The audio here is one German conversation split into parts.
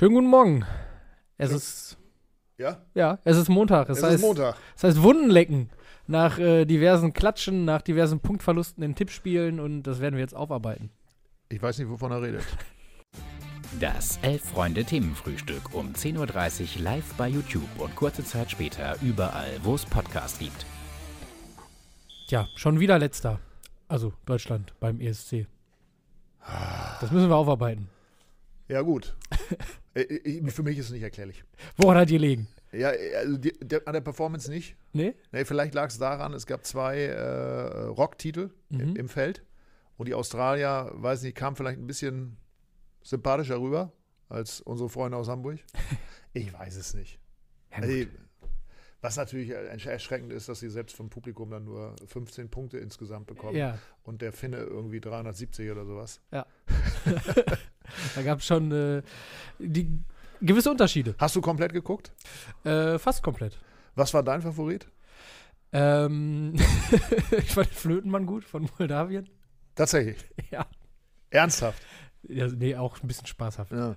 Schönen guten Morgen. Es ist Montag. Es ist Montag. Das heißt Wunden lecken nach diversen Klatschen, nach diversen Punktverlusten in Tippspielen und das werden wir jetzt aufarbeiten. Ich weiß nicht, wovon er redet. Das Elf-Freunde-Themenfrühstück um 10.30 Uhr live bei YouTube und kurze Zeit später überall, wo es Podcasts gibt. Tja, schon wieder letzter. Also Deutschland beim ESC. Das müssen wir aufarbeiten. Ja, gut. Für mich ist es nicht erklärlich. Woran hat ihr gelegen? Ja, also an der Performance nicht. Nee? Nee, vielleicht lag es daran, es gab 2 Rocktitel im Feld. Und die Australier, weiß nicht, kamen vielleicht ein bisschen sympathischer rüber als unsere Freunde aus Hamburg. Ich weiß es nicht. Ja, Also, was natürlich erschreckend ist, dass sie selbst vom Publikum dann nur 15 Punkte insgesamt bekommen. Ja. Und der Finne irgendwie 370 oder sowas. Ja. Da gab es schon die gewisse Unterschiede. Hast du komplett geguckt? Fast komplett. Was war dein Favorit? Ich fand den Flötenmann gut von Moldawien. Tatsächlich? Ja. Ernsthaft? Ja, nee, auch ein bisschen spaßhaft. Ja.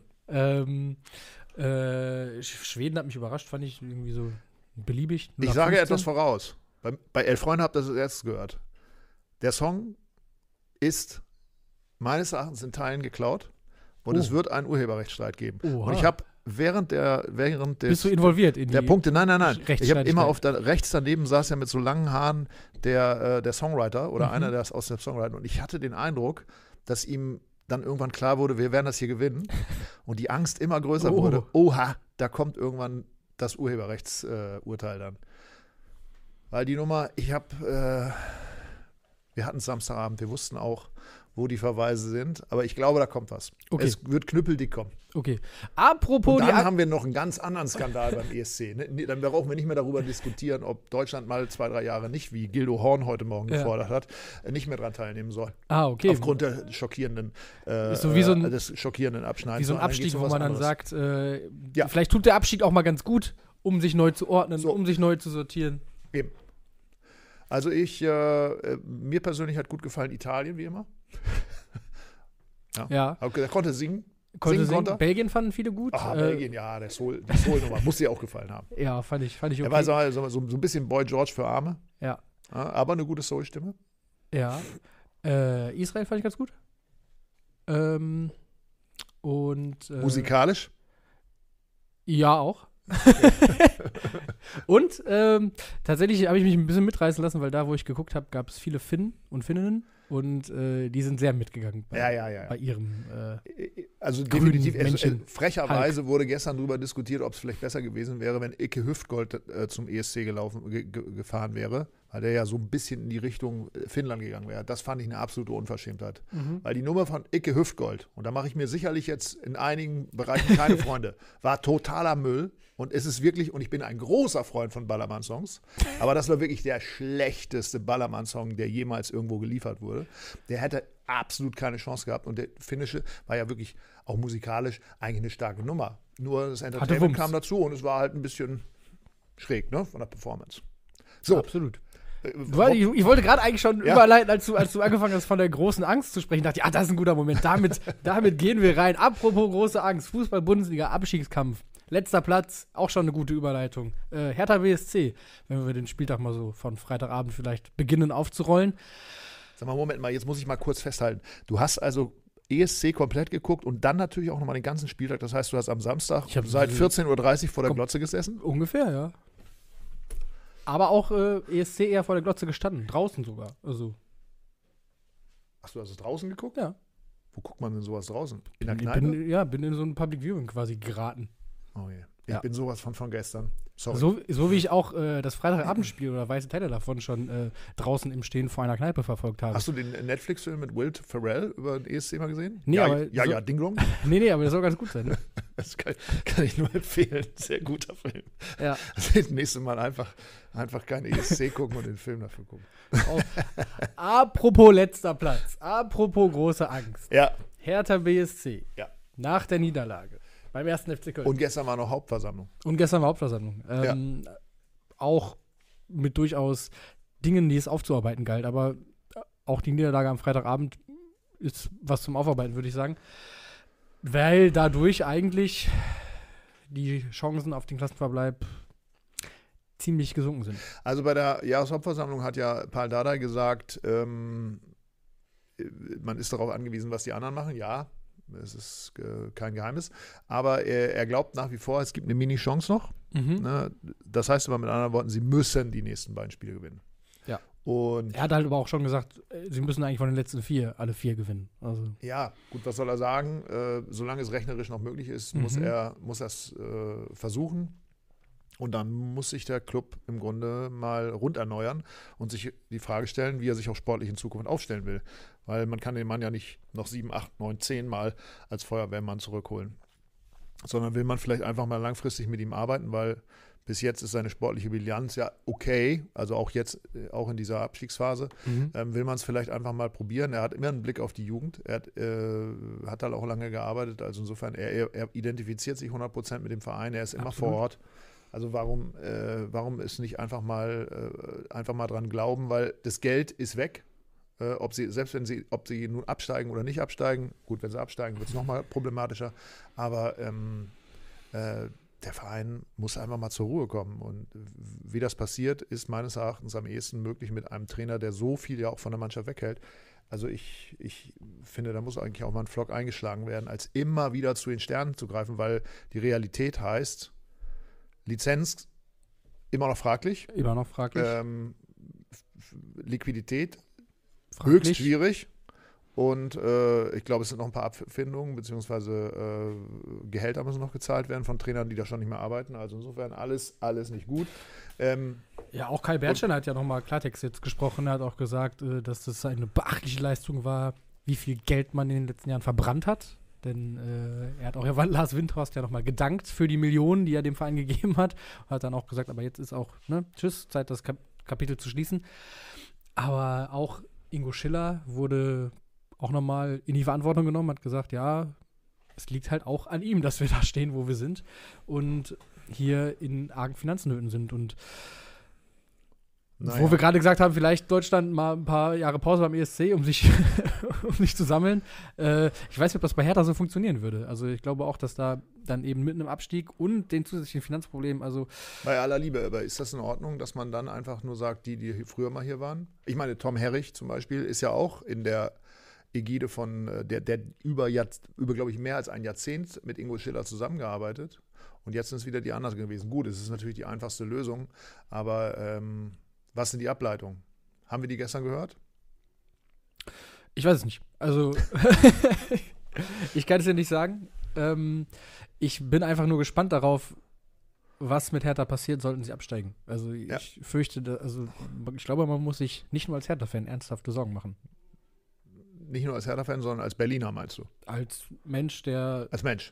Schweden hat mich überrascht, fand ich irgendwie so beliebig. Ich sage etwas voraus. Bei Elf Freunde habt ihr das erstes gehört. Der Song ist meines Erachtens in Teilen geklaut und es wird einen Urheberrechtsstreit geben. Oha. Und ich habe während Bist du involviert in der die Punkte, nein. Ich habe immer rechts daneben saß ja mit so langen Haaren der Songwriter oder einer der aus der Songwriter. Und ich hatte den Eindruck, dass ihm dann irgendwann klar wurde, wir werden das hier gewinnen. Und die Angst immer größer wurde. Oha, da kommt irgendwann das Urheberrechtsurteil dann. Weil die Nummer, wir hatten es Samstagabend, wir wussten auch, wo die Verweise sind, aber ich glaube, da kommt was. Okay. Es wird knüppeldick kommen. Okay. Apropos Und dann haben wir noch einen ganz anderen Skandal beim ESC. Ne? Dann brauchen wir nicht mehr darüber diskutieren, ob Deutschland mal 2-3 Jahre nicht, wie Gildo Horn heute Morgen gefordert hat, nicht mehr daran teilnehmen soll. Ah, okay. Aufgrund der schockierenden, so wie des schockierenden Abschneidens. Wie so ein Abstieg, wo man dann sagt, Ja. vielleicht tut der Abstieg auch mal ganz gut, um sich neu zu ordnen, um sich neu zu sortieren. Eben. Also mir persönlich hat gut gefallen Italien, wie immer. Ja. Okay, er konnte singen. Singen. Belgien fanden viele gut. Belgien, ja, die Soul-Nummer muss dir auch gefallen haben. Ja, fand ich okay. Er war so ein bisschen Boy George für Arme. Ja. Aber eine gute Soul-Stimme. Ja. Israel fand ich ganz gut. Musikalisch? Ja, auch. Und tatsächlich habe ich mich ein bisschen mitreißen lassen, weil da, wo ich geguckt habe, gab es viele Finnen und Finninnen und die sind sehr mitgegangen bei ihrem also grünen definitiv, Männchen. frecherweise Hulk. wurde gestern darüber diskutiert, ob es vielleicht besser gewesen wäre, wenn Icke Hüftgold zum ESC gefahren wäre, weil der ja so ein bisschen in die Richtung Finnland gegangen wäre. Das fand ich eine absolute Unverschämtheit. Weil die Nummer von Icke Hüftgold, und da mache ich mir sicherlich jetzt in einigen Bereichen keine Freunde, war totaler Müll. Und es ist wirklich, und ich bin ein großer Freund von Ballermann-Songs, aber das war wirklich der schlechteste Ballermann-Song, der jemals irgendwo geliefert wurde. Der hätte absolut keine Chance gehabt. Und der finnische war ja wirklich auch musikalisch eigentlich eine starke Nummer. Nur das Entertainment kam dazu und es war halt ein bisschen schräg, ne, von der Performance. So. Absolut. Ich wollte gerade eigentlich schon überleiten, als du angefangen hast, von der großen Angst zu sprechen. Dachte ich, das ist ein guter Moment. Damit gehen wir rein. Apropos große Angst. Fußball-Bundesliga, Abstiegskampf. Letzter Platz, auch schon eine gute Überleitung. Hertha BSC, wenn wir den Spieltag mal so von Freitagabend vielleicht beginnen aufzurollen. Sag mal, Moment mal, jetzt muss ich mal kurz festhalten. Du hast also ESC komplett geguckt und dann natürlich auch nochmal den ganzen Spieltag. Das heißt, du hast am Samstag seit 14.30 Uhr vor der Glotze gesessen? Ungefähr, ja. Aber auch ESC eher vor der Glotze gestanden, draußen sogar. Also. Ach, du hast es draußen geguckt? Ja. Wo guckt man denn sowas draußen? In der Kneipe? Bin in so ein Public Viewing quasi geraten. Oh je. Ich bin sowas von gestern. Sorry. So wie ich auch das Freitagabendspiel oder weiße Teile davon schon draußen im Stehen vor einer Kneipe verfolgt habe. Hast du den Netflix-Film mit Will Ferrell über den ESC mal gesehen? Nee, Ding Dong. Nee, aber der soll ganz gut sein, ne? Das kann ich nur empfehlen. Sehr guter Film. Ja. Also das nächste Mal einfach kein ESC gucken und den Film dafür gucken. Oh. Apropos letzter Platz. Apropos große Angst. Ja. Hertha BSC. Ja. Nach der Niederlage. Beim ersten FC Köln. Und gestern war noch Hauptversammlung. Auch mit durchaus Dingen, die es aufzuarbeiten galt. Aber auch die Niederlage am Freitagabend ist was zum Aufarbeiten, würde ich sagen. Weil dadurch eigentlich die Chancen auf den Klassenverbleib ziemlich gesunken sind. Also bei der Jahreshauptversammlung hat ja Paul Dardai gesagt, man ist darauf angewiesen, was die anderen machen. Ja, es ist kein Geheimnis. Aber er glaubt nach wie vor, es gibt eine Mini-Chance noch. Ne? Das heißt aber mit anderen Worten, sie müssen die nächsten beiden Spiele gewinnen. Ja. Und er hat halt aber auch schon gesagt, sie müssen eigentlich von den letzten alle 4 gewinnen. Also. Ja, gut, was soll er sagen? Solange es rechnerisch noch möglich ist, muss er es versuchen. Und dann muss sich der Club im Grunde mal rund erneuern und sich die Frage stellen, wie er sich auch sportlich in Zukunft aufstellen will. Weil man kann den Mann ja nicht noch 7, 8, 9, 10 Mal als Feuerwehrmann zurückholen. Sondern will man vielleicht einfach mal langfristig mit ihm arbeiten, weil bis jetzt ist seine sportliche Bilanz ja okay, also auch jetzt, auch in dieser Abstiegsphase, will man es vielleicht einfach mal probieren. Er hat immer einen Blick auf die Jugend, er hat halt auch lange gearbeitet, also insofern, er identifiziert sich 100% mit dem Verein, er ist immer vor Ort. Also warum ist nicht einfach mal dran glauben, weil das Geld ist weg. Ob sie nun absteigen oder nicht absteigen, gut, wenn sie absteigen, wird es nochmal problematischer, aber der Verein muss einfach mal zur Ruhe kommen und wie das passiert, ist meines Erachtens am ehesten möglich mit einem Trainer, der so viel ja auch von der Mannschaft weghält. Also ich finde, da muss eigentlich auch mal ein Pflock eingeschlagen werden, als immer wieder zu den Sternen zu greifen, weil die Realität heißt, Lizenz immer noch fraglich. Immer noch fraglich. Liquidität höchst schwierig. Und ich glaube, es sind noch ein paar Abfindungen, beziehungsweise Gehälter müssen noch gezahlt werden von Trainern, die da schon nicht mehr arbeiten. Also insofern alles nicht gut. Ja, auch Kai Bernstein hat ja nochmal Klartext jetzt gesprochen. Er hat auch gesagt, dass das eine beachtliche Leistung war, wie viel Geld man in den letzten Jahren verbrannt hat. Denn er hat auch Lars Windhorst ja nochmal gedankt für die Millionen, die er dem Verein gegeben hat. Hat dann auch gesagt, aber jetzt ist auch, tschüss, Zeit, das Kapitel zu schließen. Aber auch Ingo Schiller wurde auch nochmal in die Verantwortung genommen, hat gesagt, ja, es liegt halt auch an ihm, dass wir da stehen, wo wir sind und hier in argen Finanznöten sind. Und wo wir gerade gesagt haben, vielleicht Deutschland mal ein paar Jahre Pause beim ESC, um sich zu sammeln. Ich weiß nicht, ob das bei Hertha so funktionieren würde. Also ich glaube auch, dass da dann eben mit einem Abstieg und den zusätzlichen Finanzproblemen, also bei aller Liebe, aber ist das in Ordnung, dass man dann einfach nur sagt, die früher mal hier waren? Ich meine, Tom Herrich zum Beispiel ist ja auch in der Ägide von, der über glaube ich, mehr als ein Jahrzehnt mit Ingo Schiller zusammengearbeitet. Und jetzt sind es wieder die anderen gewesen. Gut, es ist natürlich die einfachste Lösung, aber was sind die Ableitungen? Haben wir die gestern gehört? Ich weiß es nicht. Also, ich kann es dir nicht sagen. Ich bin einfach nur gespannt darauf, was mit Hertha passiert, sollten sie absteigen. Also, ich fürchte, ich glaube, man muss sich nicht nur als Hertha-Fan ernsthafte Sorgen machen. Nicht nur als Hertha-Fan, sondern als Berliner, meinst du? Als Mensch, der... Als Mensch.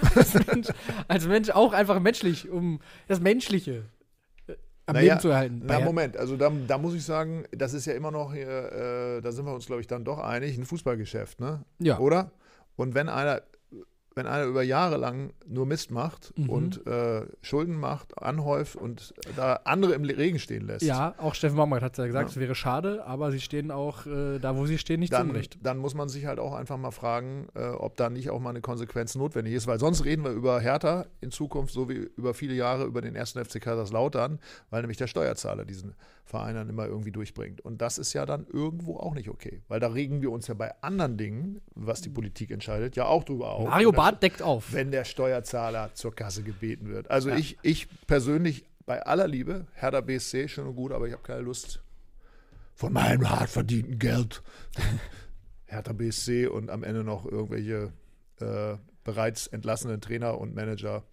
Als Mensch auch einfach menschlich, um das Menschliche am Leben zu erhalten. Moment, also da muss ich sagen, das ist ja immer noch hier, da sind wir uns, glaube ich, dann doch einig, ein Fußballgeschäft, ne? Ja. Oder? Und wenn einer über Jahre lang nur Mist macht und Schulden macht, anhäuft und da andere im Regen stehen lässt. Ja, auch Steffen Baumgart hat ja gesagt, es wäre schade, aber sie stehen auch da, wo sie stehen, nicht zum Recht. Dann muss man sich halt auch einfach mal fragen, ob da nicht auch mal eine Konsequenz notwendig ist, weil sonst reden wir über Hertha in Zukunft, so wie über viele Jahre über den 1. FC Kaiserslautern, weil nämlich der Steuerzahler diesen Verein dann immer irgendwie durchbringt. Und das ist ja dann irgendwo auch nicht okay, weil da regen wir uns ja bei anderen Dingen, was die Politik entscheidet, ja auch drüber auf. Mario Barth deckt auf. Wenn der Steuerzahler zur Kasse gebeten wird. Also ich persönlich, bei aller Liebe, Hertha BSC, schön und gut, aber ich habe keine Lust von meinem hart verdienten Geld Hertha BSC und am Ende noch irgendwelche bereits entlassenen Trainer und Manager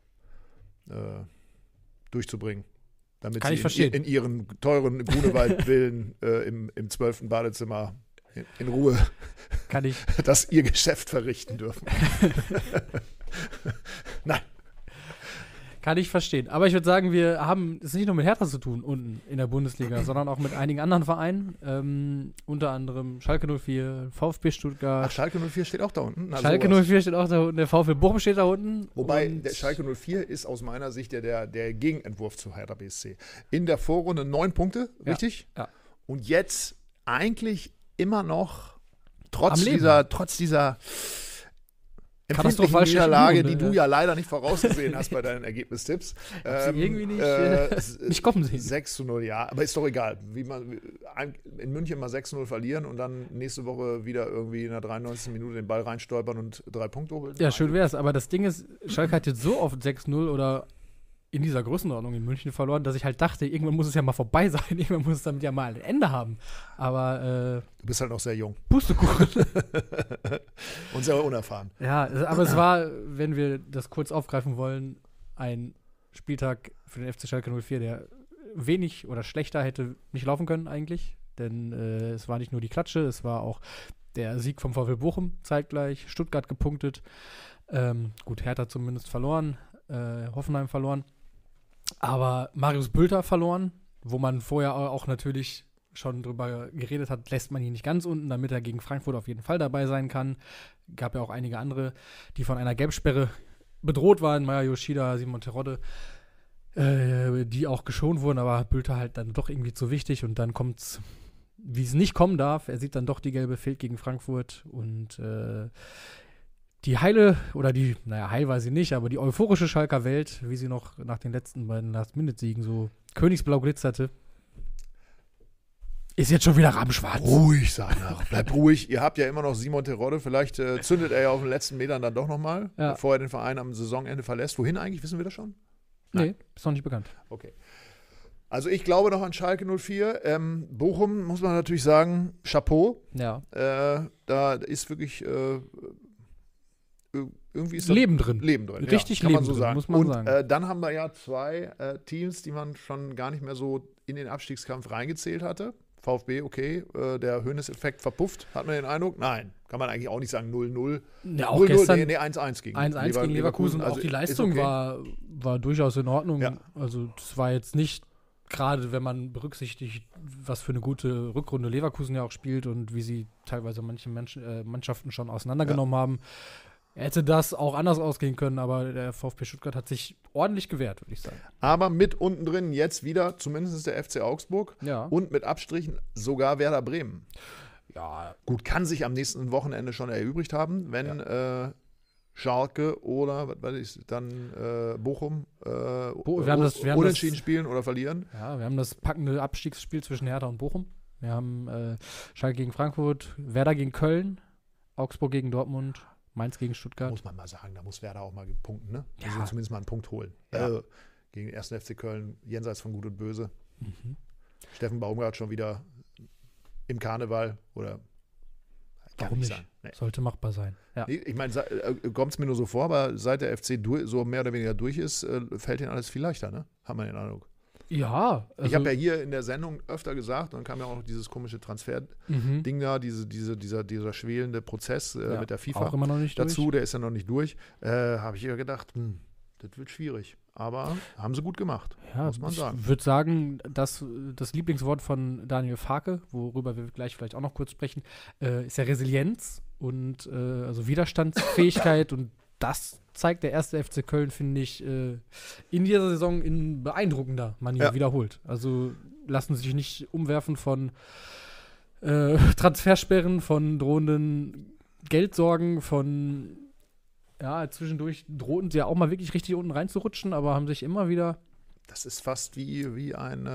durchzubringen. Damit sie in ihren teuren Grunewald-Villen im 12. Badezimmer in Ruhe das ihr Geschäft verrichten dürfen. Nein. Kann ich verstehen. Aber ich würde sagen, wir haben es nicht nur mit Hertha zu tun unten in der Bundesliga, sondern auch mit einigen anderen Vereinen. Unter anderem Schalke 04, VfB Stuttgart. Ach, Schalke 04 steht auch da unten? Schalke 04 steht auch da unten, der VfB Bochum steht da unten. Wobei, der Schalke 04 ist aus meiner Sicht der Gegenentwurf zu Hertha BSC. In der Vorrunde 9 Punkte, richtig? Ja. Und jetzt eigentlich immer noch trotz dieser katastrophal Niederlage, die du ja leider nicht vorausgesehen hast bei deinen Ergebnistipps. Sie irgendwie nicht kommen sehen. 6:0, ja, aber ist doch egal. Wie man in München mal 6:0 verlieren und dann nächste Woche wieder irgendwie in der 93. Minute den Ball reinstolpern und 3 Punkte holen. Ja, schön wär's, aber das Ding ist, Schalke hat jetzt so oft 6:0 oder in dieser Größenordnung in München verloren, dass ich halt dachte, irgendwann muss es ja mal vorbei sein, irgendwann muss es damit ja mal ein Ende haben. Aber du bist halt noch sehr jung. Pustekuchen. Und sehr unerfahren. Ja, aber es war, wenn wir das kurz aufgreifen wollen, ein Spieltag für den FC Schalke 04, der wenig oder schlechter hätte nicht laufen können eigentlich. Denn es war nicht nur die Klatsche, es war auch der Sieg vom VfL Bochum zeitgleich, Stuttgart gepunktet, gut, Hertha zumindest verloren, Hoffenheim verloren. Aber Marius Bülter verloren, wo man vorher auch natürlich schon drüber geredet hat, lässt man ihn nicht ganz unten, damit er gegen Frankfurt auf jeden Fall dabei sein kann. Gab ja auch einige andere, die von einer Gelbsperre bedroht waren, Maya Yoshida, Simon Terodde, die auch geschont wurden, aber Bülter halt dann doch irgendwie zu wichtig und dann kommt's, wie es nicht kommen darf. Er sieht dann doch die gelbe, fehlt gegen Frankfurt und die heile, oder die, heil war sie nicht, aber die euphorische Schalker Welt, wie sie noch nach den letzten beiden Last-Minute-Siegen so königsblau glitzerte, ist jetzt schon wieder rabenschwarz. Ruhig, Sana, bleib ruhig. Ihr habt ja immer noch Simon Terodde, vielleicht zündet er ja auf den letzten Metern dann doch nochmal, bevor er den Verein am Saisonende verlässt. Wohin eigentlich, wissen wir das schon? Nee, ist noch nicht bekannt. Okay. Also ich glaube noch an Schalke 04. Bochum, muss man natürlich sagen, Chapeau. Ja. Da ist wirklich irgendwie ist Leben drin. ja, Richtig kann Leben man so drin, sagen. muss man und sagen. Dann haben wir ja 2 Teams, die man schon gar nicht mehr so in den Abstiegskampf reingezählt hatte. VfB, okay, der Hoeneß-Effekt verpufft, hat man den Eindruck? Nein, kann man eigentlich auch nicht sagen 0-0. Ja, auch gestern 1-1 gegen 1-1 gegen Leverkusen. Also auch die Leistung okay. war durchaus in Ordnung. Ja. Also das war jetzt nicht, gerade wenn man berücksichtigt, was für eine gute Rückrunde Leverkusen ja auch spielt und wie sie teilweise manche Mannschaften schon auseinandergenommen haben, hätte das auch anders ausgehen können, aber der VfB Stuttgart hat sich ordentlich gewehrt, würde ich sagen. Aber mit unten drin jetzt wieder zumindest der FC Augsburg und mit Abstrichen sogar Werder Bremen. Ja. Gut, kann sich am nächsten Wochenende schon erübrigt haben, wenn Schalke oder Bochum unentschieden spielen oder verlieren. Ja, wir haben das packende Abstiegsspiel zwischen Hertha und Bochum. Wir haben Schalke gegen Frankfurt, Werder gegen Köln, Augsburg gegen Dortmund, Mainz gegen Stuttgart. Muss man mal sagen, da muss Werder auch mal punkten, ne? Ja. Also zumindest mal einen Punkt holen. Ja. Gegen den 1. FC Köln, jenseits von Gut und Böse. Mhm. Steffen Baumgart schon wieder im Karneval oder warum nicht? Nee. Sollte machbar sein. Ja. Nee, ich meine, kommt es mir nur so vor, aber seit der FC so mehr oder weniger durch ist, fällt ihnen alles viel leichter, ne? Hat man den Eindruck. Ja. Ich habe ja hier in der Sendung öfter gesagt, dann kam ja auch noch dieses komische Transfer-Ding da, dieser schwelende Prozess mit der FIFA auch immer noch nicht dazu, durch. Der ist ja noch nicht durch. Habe ich ja gedacht, das wird schwierig. Aber haben sie gut gemacht, muss man sagen. Ich würde sagen, dass das Lieblingswort von Daniel Farke, worüber wir gleich vielleicht auch noch kurz sprechen, ist ja Resilienz und also Widerstandsfähigkeit und das zeigt der 1. FC Köln, finde ich, in dieser Saison in beeindruckender Manier wiederholt. Also lassen sich nicht umwerfen von Transfersperren, von drohenden Geldsorgen, von zwischendurch drohten sie ja auch mal wirklich richtig unten reinzurutschen, aber haben sich immer wieder. Das ist fast wie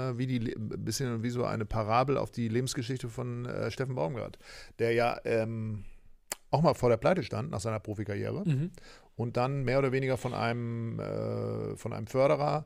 so eine Parabel auf die Lebensgeschichte von Steffen Baumgart, der ja auch mal vor der Pleite stand nach seiner Profikarriere und dann mehr oder weniger von einem Förderer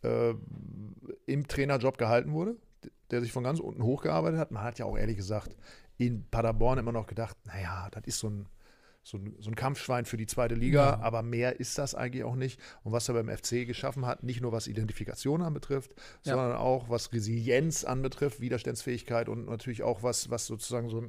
im Trainerjob gehalten wurde, der sich von ganz unten hochgearbeitet hat. Man hat ja auch ehrlich gesagt in Paderborn immer noch gedacht, naja, das ist so ein Kampfschwein für die zweite Liga, aber mehr ist das eigentlich auch nicht. Und was er beim FC geschaffen hat, nicht nur was Identifikation anbetrifft, sondern auch was Resilienz anbetrifft, Widerstandsfähigkeit und natürlich auch was sozusagen so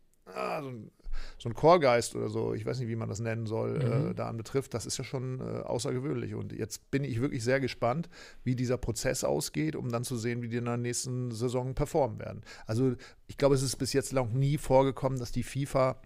ein Chorgeist oder so, ich weiß nicht, wie man das nennen soll, da anbetrifft, das ist ja schon außergewöhnlich. Und jetzt bin ich wirklich sehr gespannt, wie dieser Prozess ausgeht, um dann zu sehen, wie die in der nächsten Saison performen werden. Also ich glaube, es ist bis jetzt noch nie vorgekommen, dass die FIFA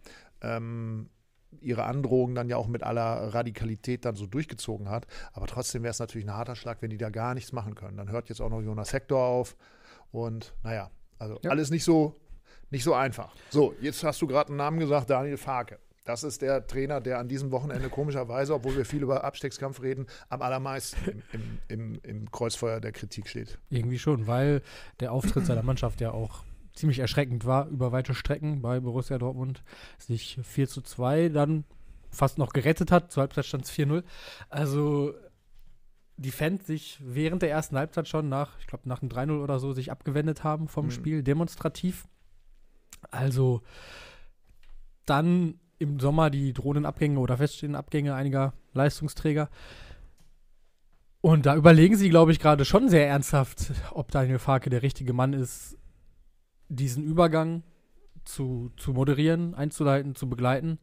ihre Androhungen dann ja auch mit aller Radikalität dann so durchgezogen hat. Aber trotzdem wäre es natürlich ein harter Schlag, wenn die da gar nichts machen können. Dann hört jetzt auch noch Jonas Hector auf. Und alles nicht so einfach. So, jetzt hast du gerade einen Namen gesagt, Daniel Farke. Das ist der Trainer, der an diesem Wochenende komischerweise, obwohl wir viel über Abstiegskampf reden, am allermeisten im Kreuzfeuer der Kritik steht. Irgendwie schon, weil der Auftritt seiner Mannschaft ja auch ziemlich erschreckend war über weite Strecken bei Borussia Dortmund. Sich 4:2 dann fast noch gerettet hat. Zur Halbzeit stand es 4:0. Also die Fans sich während der ersten Halbzeit schon nach dem 3:0 oder so sich abgewendet haben vom Spiel, demonstrativ. Also dann im Sommer die drohenden Abgänge oder feststehenden Abgänge einiger Leistungsträger. Und da überlegen sie, glaube ich, gerade schon sehr ernsthaft, ob Daniel Farke der richtige Mann ist, diesen Übergang zu moderieren, einzuleiten, zu begleiten.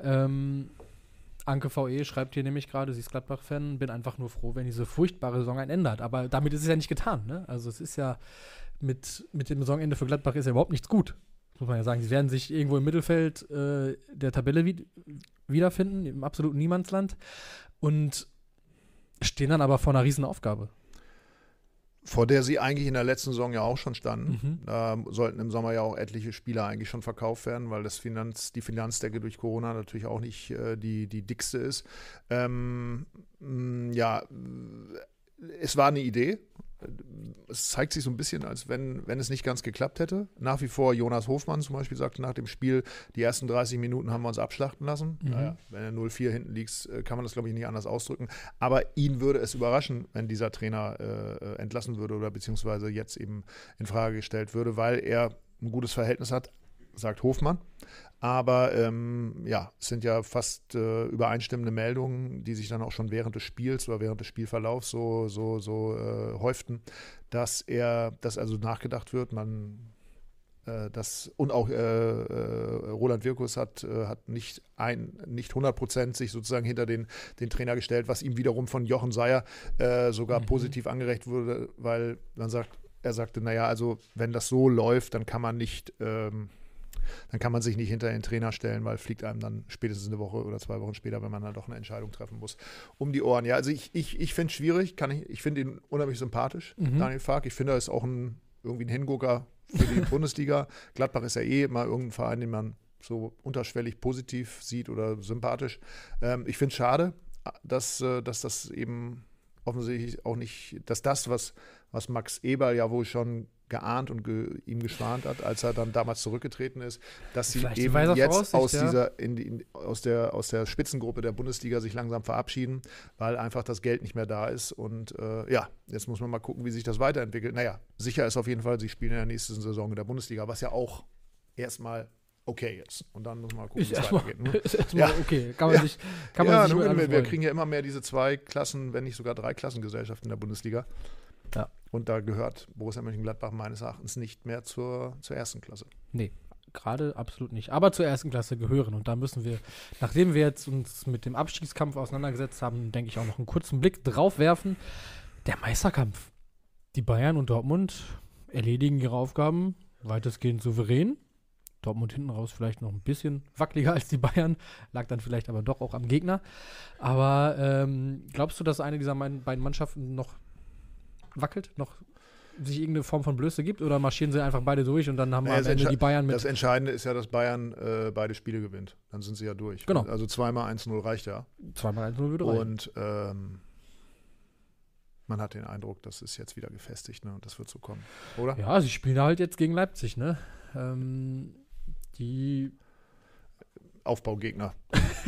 Anke VE schreibt hier nämlich gerade, sie ist Gladbach-Fan, bin einfach nur froh, wenn diese furchtbare Saison ein Ende hat. Aber damit ist es ja nicht getan, ne? Also es ist ja mit dem Saisonende für Gladbach ist ja überhaupt nichts gut. Muss man ja sagen, sie werden sich irgendwo im Mittelfeld der Tabelle wiederfinden, im absoluten Niemandsland und stehen dann aber vor einer riesen Aufgabe. Vor der sie eigentlich in der letzten Saison ja auch schon standen. Da sollten im Sommer ja auch etliche Spieler eigentlich schon verkauft werden, weil die Finanzdecke durch Corona natürlich auch nicht die dickste ist. Ja, es war eine Idee. Es zeigt sich so ein bisschen, als wenn es nicht ganz geklappt hätte. Nach wie vor Jonas Hofmann zum Beispiel sagte nach dem Spiel, die ersten 30 Minuten haben wir uns abschlachten lassen. Naja, wenn er 0-4 hinten liegt, kann man das, glaube ich, nicht anders ausdrücken. Aber ihn würde es überraschen, wenn dieser Trainer entlassen würde oder beziehungsweise jetzt eben in Frage gestellt würde, weil er ein gutes Verhältnis hat, sagt Hofmann. Aber es sind ja fast übereinstimmende Meldungen, die sich dann auch schon während des Spiels oder während des Spielverlaufs so häuften, dass also nachgedacht wird. Und auch Roland Wirkus hat nicht 100% sich sozusagen hinter den Trainer gestellt, was ihm wiederum von Jochen Seyer sogar positiv angerechnet wurde, weil er sagte, naja, also wenn das so läuft, dann kann man sich nicht hinter den Trainer stellen, weil fliegt einem dann spätestens eine Woche oder 2 Wochen später, wenn man dann doch eine Entscheidung treffen muss, um die Ohren. Ja, also ich finde es schwierig, ich finde ihn unheimlich sympathisch, Daniel Farke. Ich finde, er ist auch irgendwie ein Hingucker für die Bundesliga. Gladbach ist ja mal irgendein Verein, den man so unterschwellig positiv sieht oder sympathisch. Ich finde es schade, dass das eben offensichtlich auch nicht, dass das, was Max Eberl ja wohl schon geahnt und ihm geschwant hat, als er dann damals zurückgetreten ist, dass sie vielleicht eben jetzt aus der Spitzengruppe der Bundesliga sich langsam verabschieden, weil einfach das Geld nicht mehr da ist und jetzt muss man mal gucken, wie sich das weiterentwickelt. Naja, sicher ist auf jeden Fall, sie spielen in der nächsten Saison in der Bundesliga, was ja auch erstmal okay ist. Und dann muss man mal gucken, wie es weitergeht. Ne? Ist erstmal okay. Kann man sich wir kriegen ja immer mehr diese 2 Klassen, wenn nicht sogar 3 Klassengesellschaften in der Bundesliga. Ja. Und da gehört Borussia Mönchengladbach meines Erachtens nicht mehr zur ersten Klasse. Nee, gerade absolut nicht. Aber zur ersten Klasse gehören. Und da müssen wir, nachdem wir jetzt uns mit dem Abstiegskampf auseinandergesetzt haben, denke ich auch noch einen kurzen Blick drauf werfen. Der Meisterkampf. Die Bayern und Dortmund erledigen ihre Aufgaben weitestgehend souverän. Dortmund hinten raus vielleicht noch ein bisschen wackeliger als die Bayern, lag dann vielleicht aber doch auch am Gegner. Aber glaubst du, dass eine dieser beiden Mannschaften noch wackelt, noch sich irgendeine Form von Blöße gibt oder marschieren sie einfach beide durch und dann haben wir am Ende die Bayern mit. Das Entscheidende ist ja, dass Bayern beide Spiele gewinnt. Dann sind sie ja durch. Genau. Also 2x1-0 reicht ja. 2x1-0 würde reichen. Und man hat den Eindruck, das ist jetzt wieder gefestigt, ne? Und das wird so kommen, oder? Ja, sie spielen halt jetzt gegen Leipzig, ne? Die Aufbaugegner.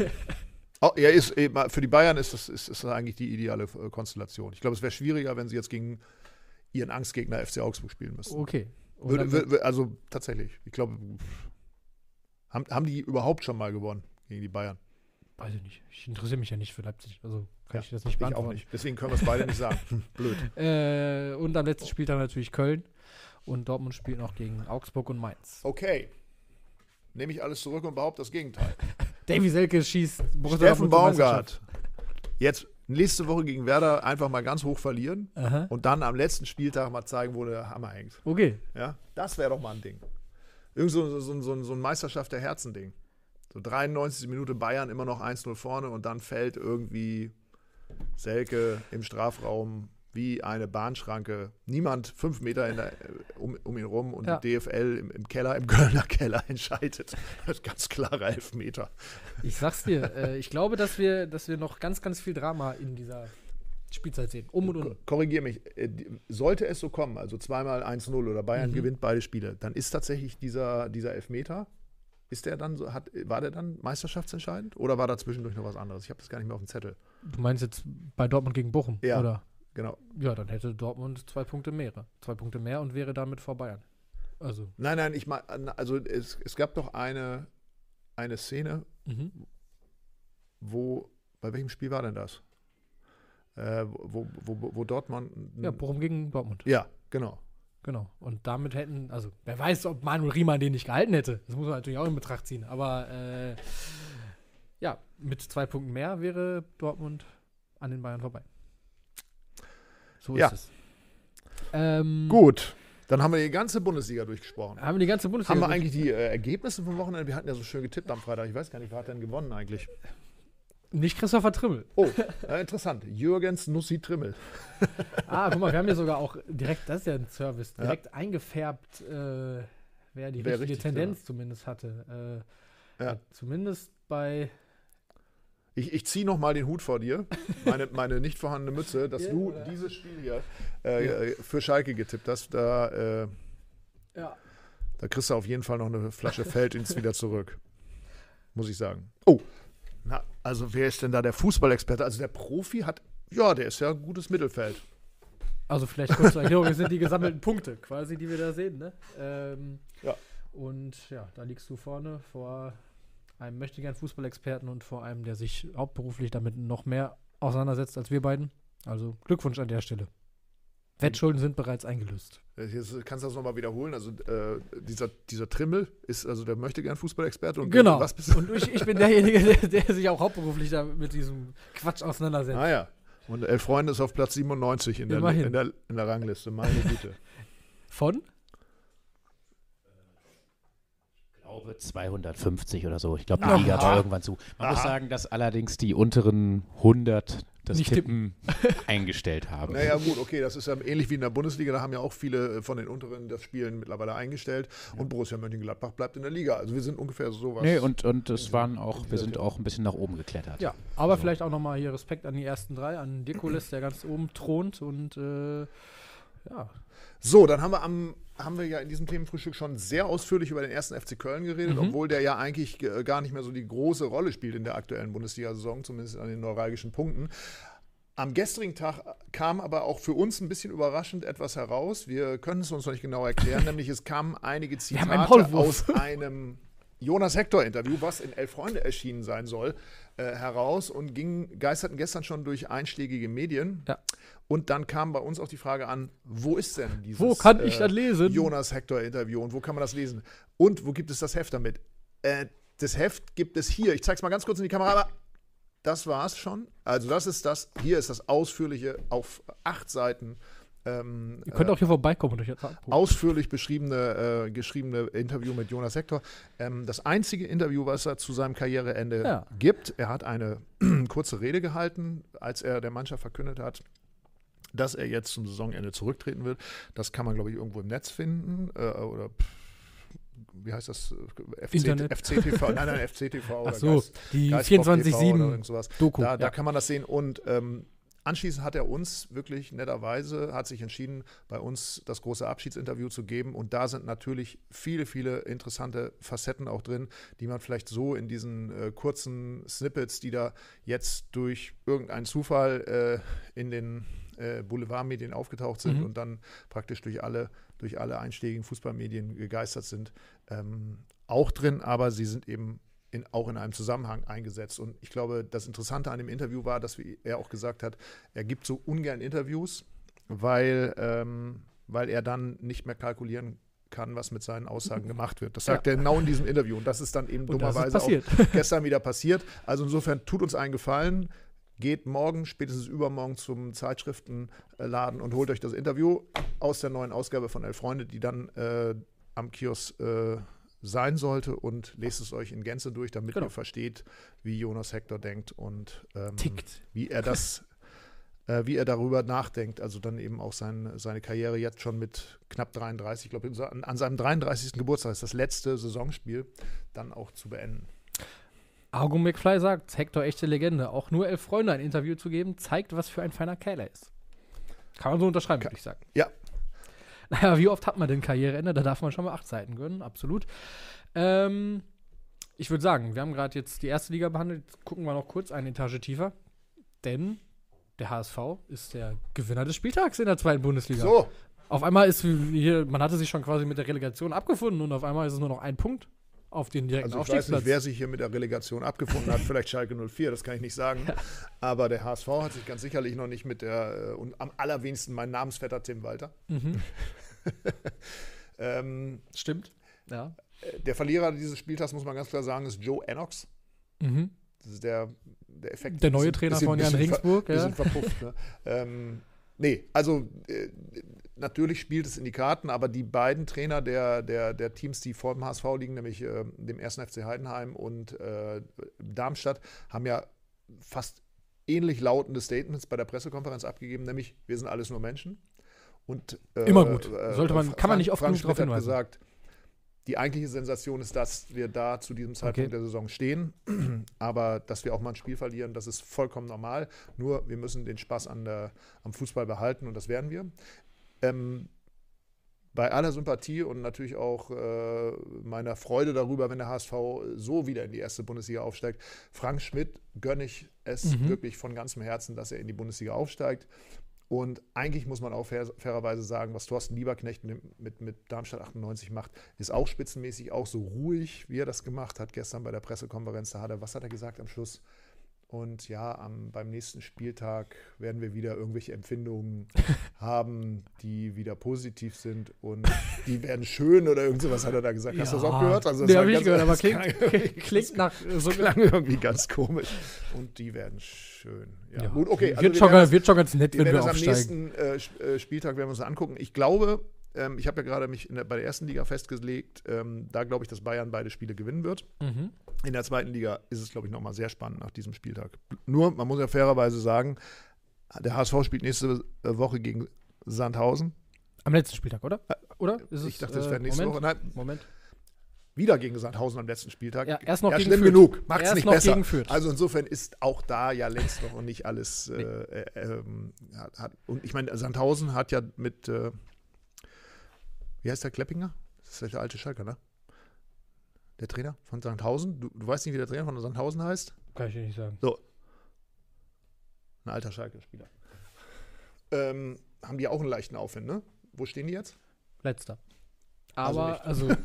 Für die Bayern ist das eigentlich die ideale Konstellation. Ich glaube, es wäre schwieriger, wenn sie jetzt gegen ihren Angstgegner FC Augsburg spielen müssten. Okay. Also tatsächlich. Ich glaube, haben die überhaupt schon mal gewonnen gegen die Bayern? Weiß ich nicht. Ich interessiere mich ja nicht für Leipzig. Also kann ich das nicht beantworten. Ich auch nicht. Deswegen können wir es beide nicht sagen. Blöd. Und am letzten Spieltag natürlich Köln. Und Dortmund spielt noch gegen Augsburg und Mainz. Okay. Nehme ich alles zurück und behaupte das Gegenteil. Davy Selke schießt Steffen Baumgart. Jetzt nächste Woche gegen Werder einfach mal ganz hoch verlieren. Aha. Und dann am letzten Spieltag mal zeigen, wo der Hammer hängt. Okay. Ja, das wäre doch mal ein Ding. Irgend so ein Meisterschaft der Herzen-Ding. So 93. Minute Bayern immer noch 1-0 vorne und dann fällt irgendwie Selke im Strafraum wie eine Bahnschranke. Niemand 5 Meter um ihn rum und die DFL im Keller, im Kölner Keller entscheidet. Das ist ganz klarer Elfmeter. Ich sag's dir, ich glaube, dass wir noch ganz, ganz viel Drama in dieser Spielzeit sehen. Korrigiere mich. Sollte es so kommen, also zweimal 1-0 oder Bayern gewinnt beide Spiele, dann ist tatsächlich dieser Elfmeter, war der dann meisterschaftsentscheidend oder war da zwischendurch noch was anderes? Ich habe das gar nicht mehr auf dem Zettel. Du meinst jetzt bei Dortmund gegen Bochum, ja, oder? Genau. Ja, dann hätte Dortmund 2 Punkte mehr. 2 Punkte mehr und wäre damit vor Bayern. Also. Nein, ich meine, also es gab doch eine Szene, bei welchem Spiel war denn das? Wo Dortmund. Ja, Bochum gegen Dortmund. Ja, genau. Genau. Und damit wer weiß, ob Manuel Riemann den nicht gehalten hätte. Das muss man natürlich auch in Betracht ziehen. Aber mit 2 Punkten mehr wäre Dortmund an den Bayern vorbei. So ist es. Gut. Dann haben wir die ganze Bundesliga durchgesprochen. Haben wir eigentlich die Ergebnisse vom Wochenende? Wir hatten ja so schön getippt am Freitag. Ich weiß gar nicht, wer hat denn gewonnen eigentlich? Nicht Christopher Trimmel. Oh, interessant. Jürgens Nussi Trimmel. Guck mal, wir haben hier sogar auch direkt, das ist ja ein Service, direkt eingefärbt, wer die richtige Tendenz zumindest hatte. Zumindest bei... Ich ziehe noch mal den Hut vor dir, meine nicht vorhandene Mütze, dass du dieses Spiel hier für Schalke getippt hast. Da kriegst du auf jeden Fall noch eine Flasche Feldins wieder zurück. Muss ich sagen. Oh, also wer ist denn da der Fußballexperte? Also der Profi der ist ja ein gutes Mittelfeld. Also vielleicht kurz zur Erklärung, das sind die gesammelten Punkte quasi, die wir da sehen. Ne? Und da liegst du vorne vor einem mächtigen Fußballexperten und vor einem, der sich hauptberuflich damit noch mehr auseinandersetzt als wir beiden. Also Glückwunsch an der Stelle. Wettschulden sind bereits eingelöst. Jetzt kannst du das nochmal wiederholen. Also dieser Trimmel ist, also der möchte gern Fußballexperte. Und genau. Was bist du? Und ich bin derjenige, der sich auch hauptberuflich da mit diesem Quatsch auseinandersetzt. Ah ja. Und Elf Freunde ist auf Platz 97 in der Rangliste. Meine Güte. Von? Ich glaube 250 oder so. Ich glaube, die Liga war irgendwann zu. Man muss sagen, dass allerdings die unteren 100 das Tippen eingestellt haben. Naja gut, okay, das ist ja ähnlich wie in der Bundesliga, da haben ja auch viele von den unteren das Spielen mittlerweile eingestellt und Borussia Mönchengladbach bleibt in der Liga. Also wir sind ungefähr sowas. Nee, und es waren auch, wir sind auch ein bisschen nach oben geklettert. Ja, aber vielleicht auch nochmal hier Respekt an die ersten 3, an Dirkulis, der ganz oben thront und So, dann haben wir ja in diesem Themenfrühstück schon sehr ausführlich über den ersten FC Köln geredet, obwohl der ja eigentlich gar nicht mehr so die große Rolle spielt in der aktuellen Bundesliga-Saison, zumindest an den neuralgischen Punkten. Am gestrigen Tag kam aber auch für uns ein bisschen überraschend etwas heraus. Wir können es uns noch nicht genau erklären, nämlich es kamen einige Zitate aus einem Jonas Hector-Interview, was in Elf Freunde erschienen sein soll, heraus und geisterten gestern schon durch einschlägige Medien. Ja. Und dann kam bei uns auch die Frage an, wo ist denn dieses wo kann ich das lesen? Jonas Hector-Interview und wo kann man das lesen? Und wo gibt es das Heft damit? Das Heft gibt es hier. Ich zeige es mal ganz kurz in die Kamera, aber das war's schon. Also hier ist das ausführliche, auf 8 Seiten ihr könnt auch hier vorbeikommen und euch jetzt abholen. Ausführlich geschriebene Interview mit Jonas Hector. Das einzige Interview, was er zu seinem Karriereende gibt. Er hat eine kurze Rede gehalten, als er der Mannschaft verkündet hat, dass er jetzt zum Saisonende zurücktreten wird. Das kann man, glaube ich, irgendwo im Netz finden. Oder wie heißt das? FCTV? Nein, FCTV. Ach so, die 24/7 Doku. Da kann man das sehen. Und anschließend hat er uns wirklich netterweise, sich entschieden, bei uns das große Abschiedsinterview zu geben. Und da sind natürlich viele, viele interessante Facetten auch drin, die man vielleicht so in diesen kurzen Snippets, die da jetzt durch irgendeinen Zufall in den Boulevardmedien aufgetaucht sind und dann praktisch durch alle einschlägigen Fußballmedien gegeistert sind, auch drin. Aber sie sind eben auch in einem Zusammenhang eingesetzt. Und ich glaube, das Interessante an dem Interview war, dass er auch gesagt hat, er gibt so ungern Interviews, weil er dann nicht mehr kalkulieren kann, was mit seinen Aussagen gemacht wird. Das sagt er genau in diesem Interview. Und das ist dann eben dummerweise auch gestern wieder passiert. Also insofern tut uns einen Gefallen, geht morgen, spätestens übermorgen zum Zeitschriftenladen und holt euch das Interview aus der neuen Ausgabe von Elf Freunde, die dann am Kiosk sein sollte, und lest es euch in Gänze durch, damit ihr versteht, wie Jonas Hector denkt und tickt. Wie er das wie er darüber nachdenkt, also dann eben auch seine Karriere jetzt schon mit knapp 33, ich glaube an seinem 33. Geburtstag ist das letzte Saisonspiel, dann auch zu beenden. Argo McFly sagt, Hector echte Legende, auch nur 11 Freunde ein Interview zu geben, zeigt, was für ein feiner Kerl er ist. Kann man so unterschreiben, würde ich sagen. Ja. Naja, wie oft hat man denn Karriereende? Da darf man schon mal 8 Seiten gönnen, absolut. Ich würde sagen, wir haben gerade jetzt die erste Liga behandelt, jetzt gucken wir noch kurz eine Etage tiefer, denn der HSV ist der Gewinner des Spieltags in der 2. Bundesliga. So. Auf einmal ist hier, man hatte sich schon quasi mit der Relegation abgefunden und auf einmal ist es nur noch ein Punkt auf den direkten Aufstiegsplatz. Ich weiß nicht, wer sich hier mit der Relegation abgefunden hat, vielleicht Schalke 04, das kann ich nicht sagen. Ja. Aber der HSV hat sich ganz sicherlich noch nicht mit der, und am allerwenigsten mein Namensvetter Tim Walter. Mhm. Stimmt, ja. Der Verlierer dieses Spieltags, muss man ganz klar sagen, ist Joe Ennox. Mhm. Das ist der Effekt. Der neue Trainer von Jan Regensburg. Bisschen verpufft, ne? Natürlich spielt es in die Karten, aber die beiden Trainer der Teams, die vor dem HSV liegen, nämlich dem 1. FC Heidenheim und Darmstadt, haben ja fast ähnlich lautende Statements bei der Pressekonferenz abgegeben, nämlich wir sind alles nur Menschen. Und, immer gut. Kann man nicht oft genug darauf hinweisen. Gesagt, die eigentliche Sensation ist, dass wir da zu diesem Zeitpunkt der Saison stehen. Aber dass wir auch mal ein Spiel verlieren, das ist vollkommen normal. Nur wir müssen den Spaß am Fußball behalten und das werden wir. Bei aller Sympathie und natürlich auch meiner Freude darüber, wenn der HSV so wieder in die 1. Bundesliga aufsteigt, Frank Schmidt gönne ich es wirklich von ganzem Herzen, dass er in die Bundesliga aufsteigt. Und eigentlich muss man auch fairerweise sagen, was Thorsten Lieberknecht mit Darmstadt 98 macht, ist auch spitzenmäßig, auch so ruhig, wie er das gemacht hat. Gestern bei der Pressekonferenz, was hat er gesagt am Schluss? Und ja, beim nächsten Spieltag werden wir wieder irgendwelche Empfindungen haben, die wieder positiv sind und die werden schön oder irgend sowas hat er da gesagt. Hast du das auch gehört? Also das habe ich gehört, aber klingt nach so klang irgendwie ganz komisch. Und die werden schön. Ja. Gut, okay. Wird schon ganz nett, wenn wir Am aufsteigen. nächsten Spieltag werden wir uns angucken. Ich glaube, ich habe ja gerade mich bei der 1. Liga festgelegt, da glaube ich, dass Bayern beide Spiele gewinnen wird. Mhm. In der 2. Liga ist es, glaube ich, nochmal sehr spannend nach diesem Spieltag. Nur, man muss ja fairerweise sagen, der HSV spielt nächste Woche gegen Sandhausen. Am letzten Spieltag, oder? Ich dachte, das wäre nächste Woche. Nein, Moment. Wieder gegen Sandhausen am letzten Spieltag. Ja, erst noch gegen schlimm Fürth. Genug. Macht's erst nicht noch besser. Gegen Fürth. Also insofern ist auch da ja längst noch nicht alles. Und ich meine, Sandhausen hat ja mit wie heißt der Kleppinger? Das ist der alte Schalker, ne? Der Trainer von Sandhausen. Du weißt nicht, wie der Trainer von Sandhausen heißt? Kann ich dir nicht sagen. So. Ein alter Schalke-Spieler. Haben die auch einen leichten Aufwind, ne? Wo stehen die jetzt? Letzter. Aber,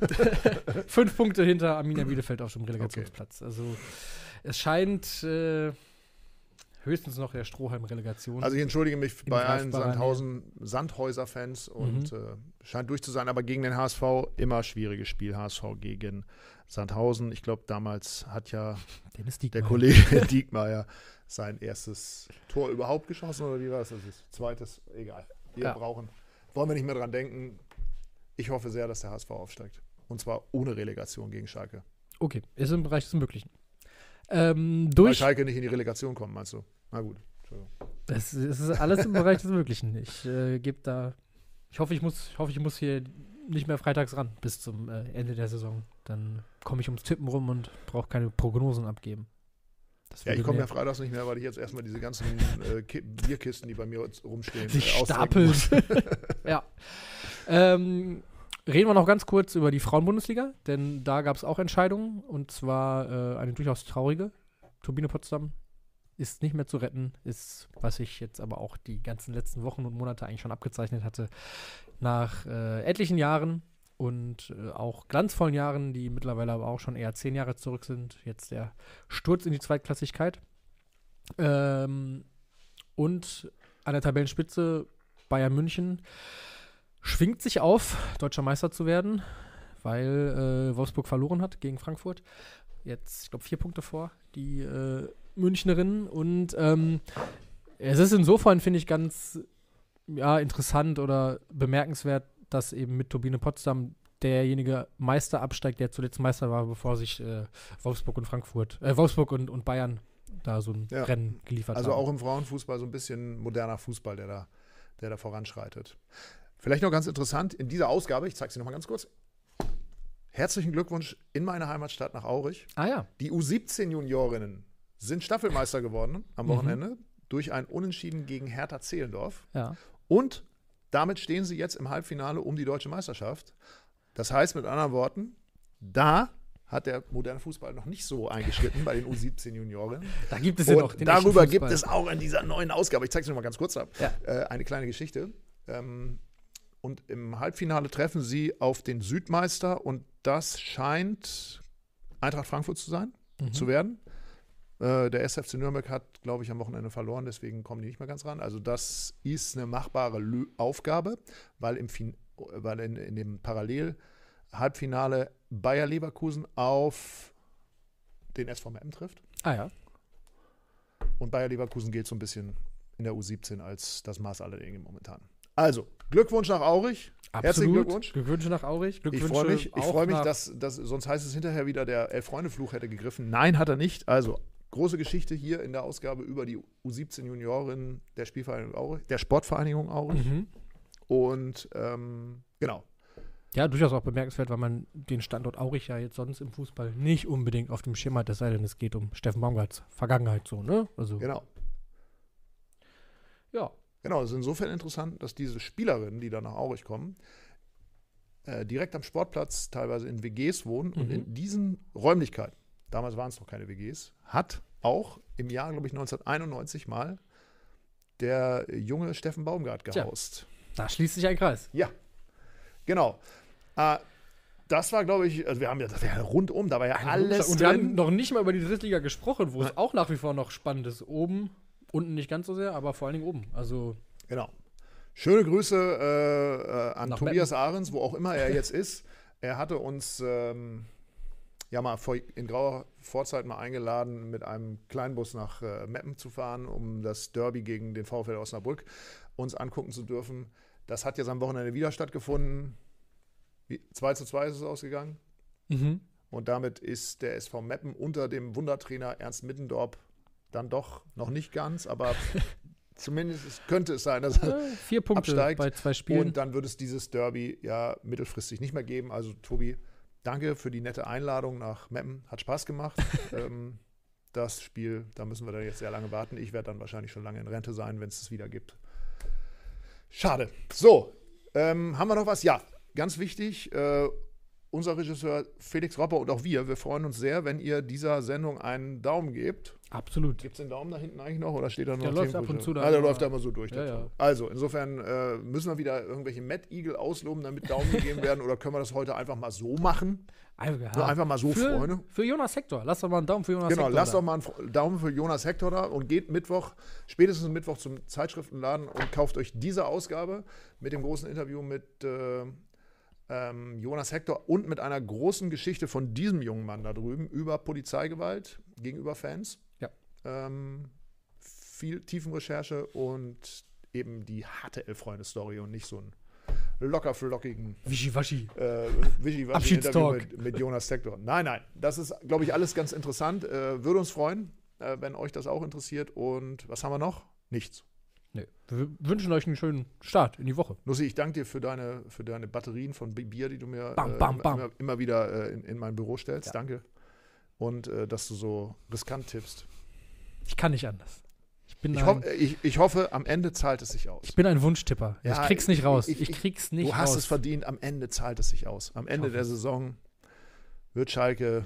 5 Punkte hinter Arminia Bielefeld auf dem Relegationsplatz. Okay. Also, es scheint höchstens noch der Strohhalm-Relegation. Also ich entschuldige mich bei allen Sandhäuser-Fans und scheint durch zu sein, aber gegen den HSV immer schwieriges Spiel. HSV gegen Sandhausen. Ich glaube, damals hat ja der Kollege Diekmeyer sein erstes Tor überhaupt geschossen, oder wie war das? Das ist zweites, egal. Wollen wir nicht mehr dran denken. Ich hoffe sehr, dass der HSV aufsteigt. Und zwar ohne Relegation gegen Schalke. Okay, ist im Bereich des Möglichen. Weil Schalke nicht in die Relegation kommt, meinst du? Na gut. Es ist alles im Bereich des Möglichen. Ich hoffe, ich muss hier nicht mehr freitags ran bis zum Ende der Saison. Dann komme ich ums Tippen rum und brauche keine Prognosen abgeben. Ich komme ja freitags nicht mehr, weil ich jetzt erstmal diese ganzen Bierkisten, die bei mir rumstehen, sich stapeln. Ja. Reden wir noch ganz kurz über die Frauenbundesliga, denn da gab es auch Entscheidungen, und zwar eine durchaus traurige. Turbine Potsdam ist nicht mehr zu retten, was ich jetzt aber auch die ganzen letzten Wochen und Monate eigentlich schon abgezeichnet hatte, nach etlichen Jahren und auch glanzvollen Jahren, die mittlerweile aber auch schon eher 10 Jahre zurück sind, jetzt der Sturz in die Zweitklassigkeit. Und an der Tabellenspitze Bayern München schwingt sich auf, deutscher Meister zu werden, weil Wolfsburg verloren hat gegen Frankfurt. Jetzt, ich glaube, 4 Punkte vor die Münchnerinnen. Und es ist insofern, finde ich, ganz interessant oder bemerkenswert, dass eben mit Turbine Potsdam derjenige Meister absteigt, der zuletzt Meister war, bevor sich Wolfsburg und Bayern da so ein Rennen geliefert haben. Also auch im Frauenfußball so ein bisschen moderner Fußball, der da voranschreitet. Vielleicht noch ganz interessant, in dieser Ausgabe, ich zeige sie nochmal ganz kurz, herzlichen Glückwunsch in meine Heimatstadt nach Aurich. Ah ja. Die U17-Juniorinnen sind Staffelmeister geworden am Wochenende durch ein Unentschieden gegen Hertha Zehlendorf. Ja. Und damit stehen sie jetzt im Halbfinale um die deutsche Meisterschaft. Das heißt mit anderen Worten, da hat der moderne Fußball noch nicht so eingeschritten bei den U17-Juniorinnen. Da gibt es ja noch den darüber gibt es auch in dieser neuen Ausgabe, ich zeige es dir noch mal ganz kurz ab, ja. Eine kleine Geschichte. Und im Halbfinale treffen sie auf den Südmeister und das scheint Eintracht Frankfurt zu werden. Der SFC Nürnberg hat, glaube ich, am Wochenende verloren, deswegen kommen die nicht mehr ganz ran. Also das ist eine machbare Aufgabe, weil in dem Parallel-Halbfinale Bayer Leverkusen auf den SV Meppen trifft. Ah ja. Und Bayer Leverkusen gilt so ein bisschen in der U17 als das Maß aller Dinge momentan. Also, Glückwunsch nach Aurich. Absolut. Herzlichen Glückwunsch. Glückwünsche nach Aurich. Ich freue mich, dass sonst heißt es hinterher wieder, der Elf-Freunde-Fluch hätte gegriffen. Nein, hat er nicht. Also, große Geschichte hier in der Ausgabe über die U17-Juniorinnen der Spielvereinigung Aurich, der Sportvereinigung Aurich. Und genau. Ja, durchaus auch bemerkenswert, weil man den Standort Aurich ja jetzt sonst im Fußball nicht unbedingt auf dem Schirm hat, es sei denn, es geht um Steffen Baumgarts Vergangenheit so, ne? Also, genau. Ja. Genau, es ist insofern interessant, dass diese Spielerinnen, die da nach Aurich kommen, direkt am Sportplatz teilweise in WGs wohnen und in diesen Räumlichkeiten, damals waren es noch keine WGs, hat auch im Jahr, glaube ich, 1991 mal der junge Steffen Baumgart gehaust. Da schließt sich ein Kreis. Ja, genau. Das war, glaube ich, also wir haben ja rundum, da war ja alles und drin. wir haben noch nicht mal über die Drittliga gesprochen, wo es auch nach wie vor noch spannend ist. Oben, unten nicht ganz so sehr, aber vor allen Dingen oben. Also genau. Schöne Grüße an Tobias Meppen. Ahrens, wo auch immer er jetzt ist. Er hatte uns mal in grauer Vorzeit mal eingeladen, mit einem Kleinbus nach Meppen zu fahren, um das Derby gegen den VfL Osnabrück uns angucken zu dürfen. Das hat jetzt am Wochenende wieder stattgefunden. 2:2 ist es ausgegangen. Und damit ist der SV Meppen unter dem Wundertrainer Ernst Middendorp dann doch noch nicht ganz, aber zumindest könnte es sein, dass er 4 Punkte absteigt. Bei 2 Spielen. Und dann wird es dieses Derby ja mittelfristig nicht mehr geben. Also Tobi, danke für die nette Einladung nach Meppen. Hat Spaß gemacht. Das Spiel, da müssen wir dann jetzt sehr lange warten. Ich werde dann wahrscheinlich schon lange in Rente sein, wenn es es wieder gibt. Schade. So, haben wir noch was? Ja, ganz wichtig, unser Regisseur Felix Ropper und auch wir freuen uns sehr, wenn ihr dieser Sendung einen Daumen gebt. Absolut. Gibt es den Daumen da hinten eigentlich noch oder steht da noch? Der läuft ab und zu da. Der läuft da immer so durch. Ja. Also, insofern müssen wir wieder irgendwelche Mad Eagle ausloben, damit Daumen gegeben werden oder können wir das heute einfach mal so machen? Einfach mal so, Freunde. Für Jonas Hector. Lasst doch mal einen Daumen für Jonas Hector Genau, lasst doch mal einen Daumen für Jonas Hector da und geht spätestens Mittwoch zum Zeitschriftenladen und kauft euch diese Ausgabe mit dem großen Interview mit Jonas Hector und mit einer großen Geschichte von diesem jungen Mann da drüben über Polizeigewalt gegenüber Fans. Ja. Viel Tiefenrecherche und eben die harte Elf-Freunde-Story und nicht so einen locker flockigen Wischiwaschi Abschiedstalk mit Jonas Hector. Nein, das ist, glaube ich, alles ganz interessant. Würde uns freuen, wenn euch das auch interessiert. Und was haben wir noch? Nichts. Nee. Wir wünschen euch einen schönen Start in die Woche. Lucy, ich danke dir für deine Batterien von Bier, die du mir Bam. Immer wieder in mein Büro stellst. Ja. Danke. Und dass du so riskant tippst. Ich kann nicht anders. Ich hoffe, am Ende zahlt es sich aus. Ich bin ein Wunschtipper. Ja, ich krieg's nicht raus. Ich krieg's nicht raus. Du hast es verdient, am Ende zahlt es sich aus. Am Ende der Saison wird Schalke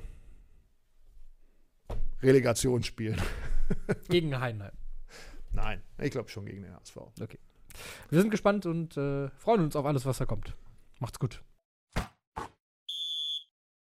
Relegation spielen. Gegen Heidenheim. Nein, ich glaube schon gegen den HSV. Okay. Wir sind gespannt und freuen uns auf alles, was da kommt. Macht's gut.